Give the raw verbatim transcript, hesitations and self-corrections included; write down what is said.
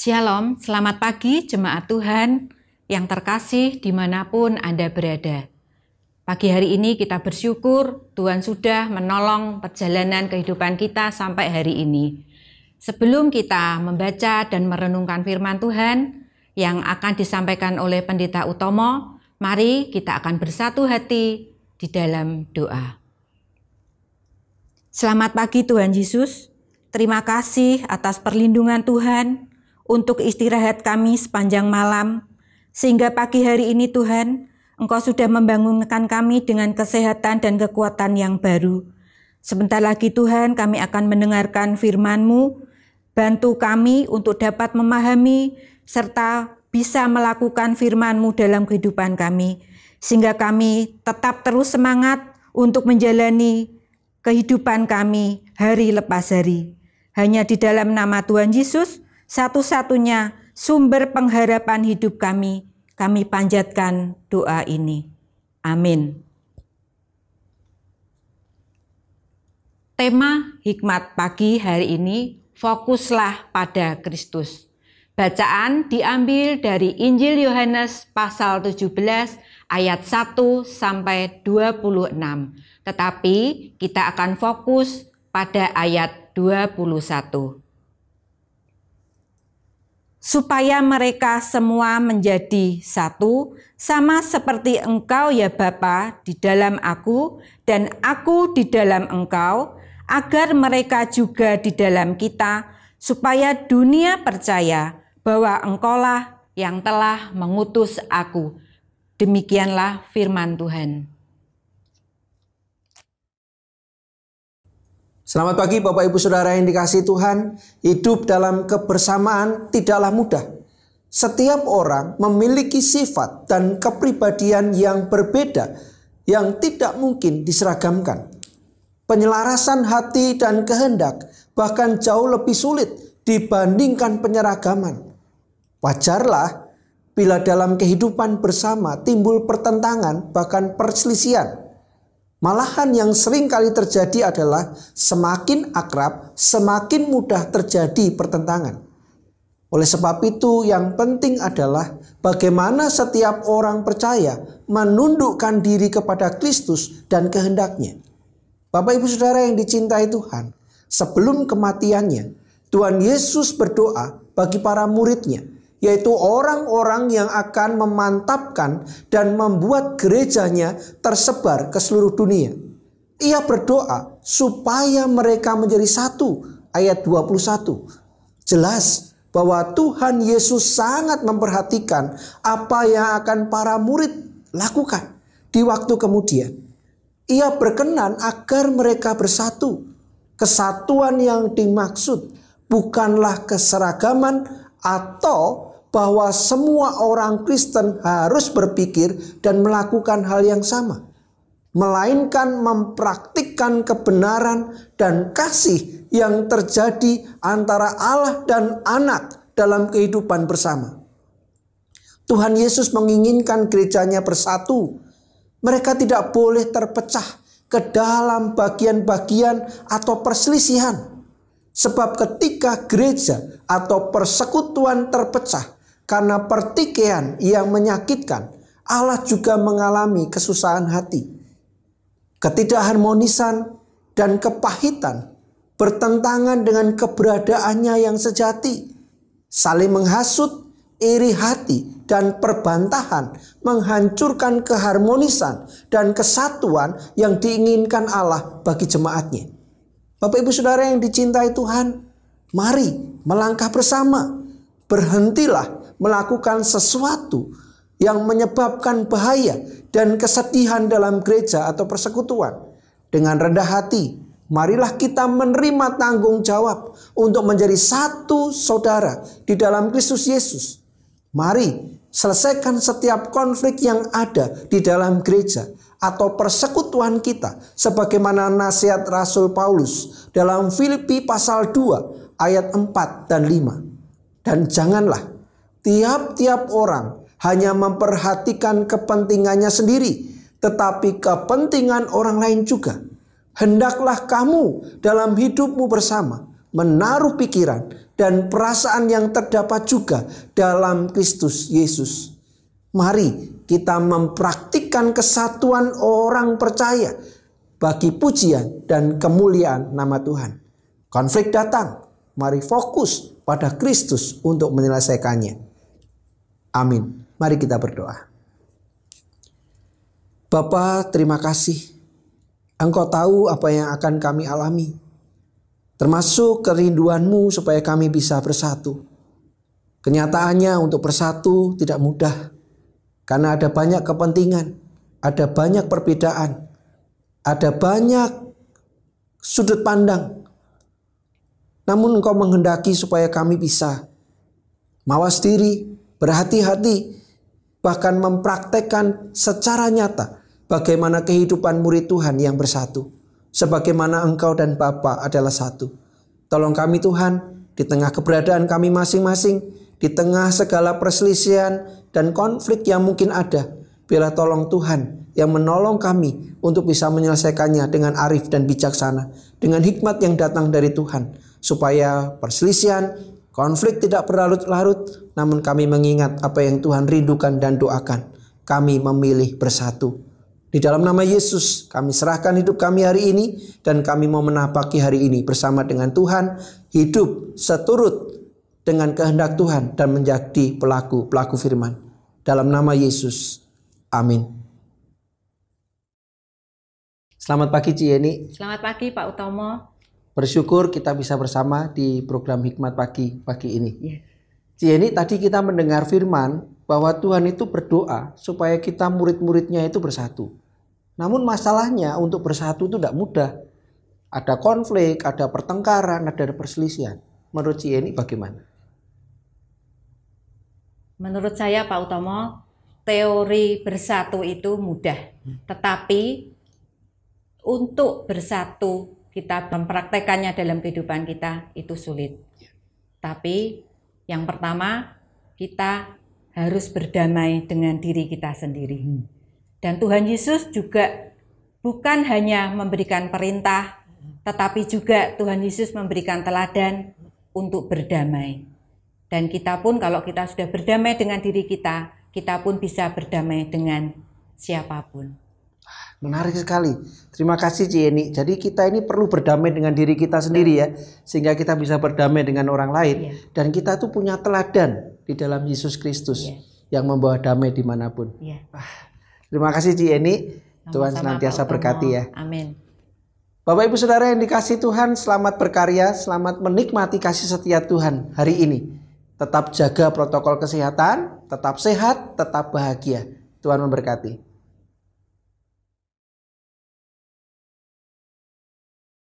Shalom, selamat pagi jemaat Tuhan yang terkasih dimanapun Anda berada. Pagi hari ini kita bersyukur Tuhan sudah menolong perjalanan kehidupan kita sampai hari ini. Sebelum kita membaca dan merenungkan firman Tuhan yang akan disampaikan oleh Pendeta Utomo, mari kita akan bersatu hati di dalam doa. Selamat pagi Tuhan Yesus, terima kasih atas perlindungan Tuhan untuk istirahat kami sepanjang malam, sehingga pagi hari ini Tuhan, Engkau sudah membangunkan kami dengan kesehatan dan kekuatan yang baru. Sebentar lagi Tuhan, kami akan mendengarkan firman-Mu, bantu kami untuk dapat memahami serta bisa melakukan firman-Mu dalam kehidupan kami, sehingga kami tetap terus semangat untuk menjalani kehidupan kami hari lepas hari. Hanya di dalam nama Tuhan Yesus, satu-satunya sumber pengharapan hidup kami, kami panjatkan doa ini. Amin. Tema hikmat pagi hari ini, fokuslah pada Kristus. Bacaan diambil dari Injil Yohanes pasal tujuh belas ayat satu sampai dua puluh enam. Tetapi kita akan fokus pada ayat dua puluh satu. Supaya mereka semua menjadi satu, sama seperti Engkau ya Bapa di dalam Aku, dan Aku di dalam Engkau, agar mereka juga di dalam kita, supaya dunia percaya bahwa Engkaulah yang telah mengutus Aku. Demikianlah firman Tuhan. Selamat pagi Bapak Ibu Saudara yang dikasihi Tuhan. Hidup dalam kebersamaan tidaklah mudah. Setiap orang memiliki sifat dan kepribadian yang berbeda yang tidak mungkin diseragamkan. Penyelarasan hati dan kehendak bahkan jauh lebih sulit dibandingkan penyeragaman. Wajarlah bila dalam kehidupan bersama timbul pertentangan bahkan perselisihan. Malahan yang sering kali terjadi adalah semakin akrab, semakin mudah terjadi pertentangan. Oleh sebab itu yang penting adalah bagaimana setiap orang percaya menundukkan diri kepada Kristus dan kehendaknya. Bapak Ibu Saudara yang dicintai Tuhan, sebelum kematiannya, Tuhan Yesus berdoa bagi para muridnya, yaitu orang-orang yang akan memantapkan dan membuat gerejanya tersebar ke seluruh dunia. Ia berdoa supaya mereka menjadi satu, ayat dua puluh satu. Jelas bahwa Tuhan Yesus sangat memperhatikan apa yang akan para murid lakukan di waktu kemudian. Ia berkenan agar mereka bersatu. Kesatuan yang dimaksud bukanlah keseragaman atau bahwa semua orang Kristen harus berpikir dan melakukan hal yang sama, melainkan mempraktikkan kebenaran dan kasih yang terjadi antara Allah dan Anak dalam kehidupan bersama. Tuhan Yesus menginginkan gerejanya bersatu. Mereka tidak boleh terpecah ke dalam bagian-bagian atau perselisihan. Sebab ketika gereja atau persekutuan terpecah karena pertikaian yang menyakitkan, Allah juga mengalami kesusahan hati. Ketidakharmonisan dan kepahitan bertentangan dengan keberadaannya yang sejati. Saling menghasut, iri hati, dan perbantahan menghancurkan keharmonisan dan kesatuan yang diinginkan Allah bagi jemaatnya. Bapak Ibu Saudara yang dicintai Tuhan, mari melangkah bersama. Berhentilah melakukan sesuatu yang menyebabkan bahaya dan kesedihan dalam gereja atau persekutuan. Dengan rendah hati, marilah kita menerima tanggung jawab untuk menjadi satu saudara di dalam Kristus Yesus. Mari selesaikan setiap konflik yang ada di dalam gereja atau persekutuan kita, sebagaimana nasihat Rasul Paulus dalam Filipi pasal dua ayat empat dan lima. Dan janganlah tiap-tiap orang hanya memperhatikan kepentingannya sendiri, tetapi kepentingan orang lain juga. Hendaklah kamu dalam hidupmu bersama menaruh pikiran dan perasaan yang terdapat juga dalam Kristus Yesus. Mari kita mempraktikkan kesatuan orang percaya bagi pujian dan kemuliaan nama Tuhan. Konflik datang, mari fokus pada Kristus untuk menyelesaikannya. Amin. Mari kita berdoa. Bapa, terima kasih. Engkau tahu apa yang akan kami alami, termasuk kerinduan-Mu supaya kami bisa bersatu. Kenyataannya untuk bersatu tidak mudah, karena ada banyak kepentingan, ada banyak perbedaan, ada banyak sudut pandang. Namun Engkau menghendaki supaya kami bisa mawas diri, berhati-hati, bahkan mempraktekkan secara nyata bagaimana kehidupan murid Tuhan yang bersatu. Sebagaimana Engkau dan Bapa adalah satu. Tolong kami Tuhan, di tengah keberadaan kami masing-masing, di tengah segala perselisihan dan konflik yang mungkin ada, biarlah tolong Tuhan yang menolong kami untuk bisa menyelesaikannya dengan arif dan bijaksana, dengan hikmat yang datang dari Tuhan, supaya perselisihan, konflik tidak berlarut-larut, namun kami mengingat apa yang Tuhan rindukan dan doakan. Kami memilih bersatu. Di dalam nama Yesus kami serahkan hidup kami hari ini, dan kami mau menapaki hari ini bersama dengan Tuhan, hidup seturut dengan kehendak Tuhan dan menjadi pelaku-pelaku firman. Dalam nama Yesus, amin. Selamat pagi Ci Yeni. Selamat pagi Pak Utomo. Bersyukur kita bisa bersama di program Hikmat Pagi pagi ini. Yeah. Ci Yeni, tadi kita mendengar firman bahwa Tuhan itu berdoa supaya kita murid-muridnya itu bersatu. Namun masalahnya untuk bersatu itu tidak mudah. Ada konflik, ada pertengkaran, ada perselisihan. Menurut Ci Yeni bagaimana? Menurut saya Pak Utomo, teori bersatu itu mudah. Tetapi untuk bersatu kita mempraktekannya dalam kehidupan kita itu sulit. Tapi yang pertama, kita harus berdamai dengan diri kita sendiri. Dan Tuhan Yesus juga bukan hanya memberikan perintah, tetapi juga Tuhan Yesus memberikan teladan untuk berdamai. Dan kita pun kalau kita sudah berdamai dengan diri kita, kita pun bisa berdamai dengan siapapun. Menarik sekali. Terima kasih Ci Yeni. Jadi kita ini perlu berdamai dengan diri kita sendiri ya, sehingga kita bisa berdamai dengan orang lain. Ya. Dan kita tuh punya teladan di dalam Yesus Kristus ya, yang membawa damai dimanapun. Ya. Ah, terima kasih Ci Yeni. Tuhan senantiasa berkati ya. Amin. Bapak Ibu Saudara yang dikasihi Tuhan, selamat berkarya, selamat menikmati kasih setia Tuhan hari ini. Tetap jaga protokol kesehatan, tetap sehat, tetap bahagia. Tuhan memberkati.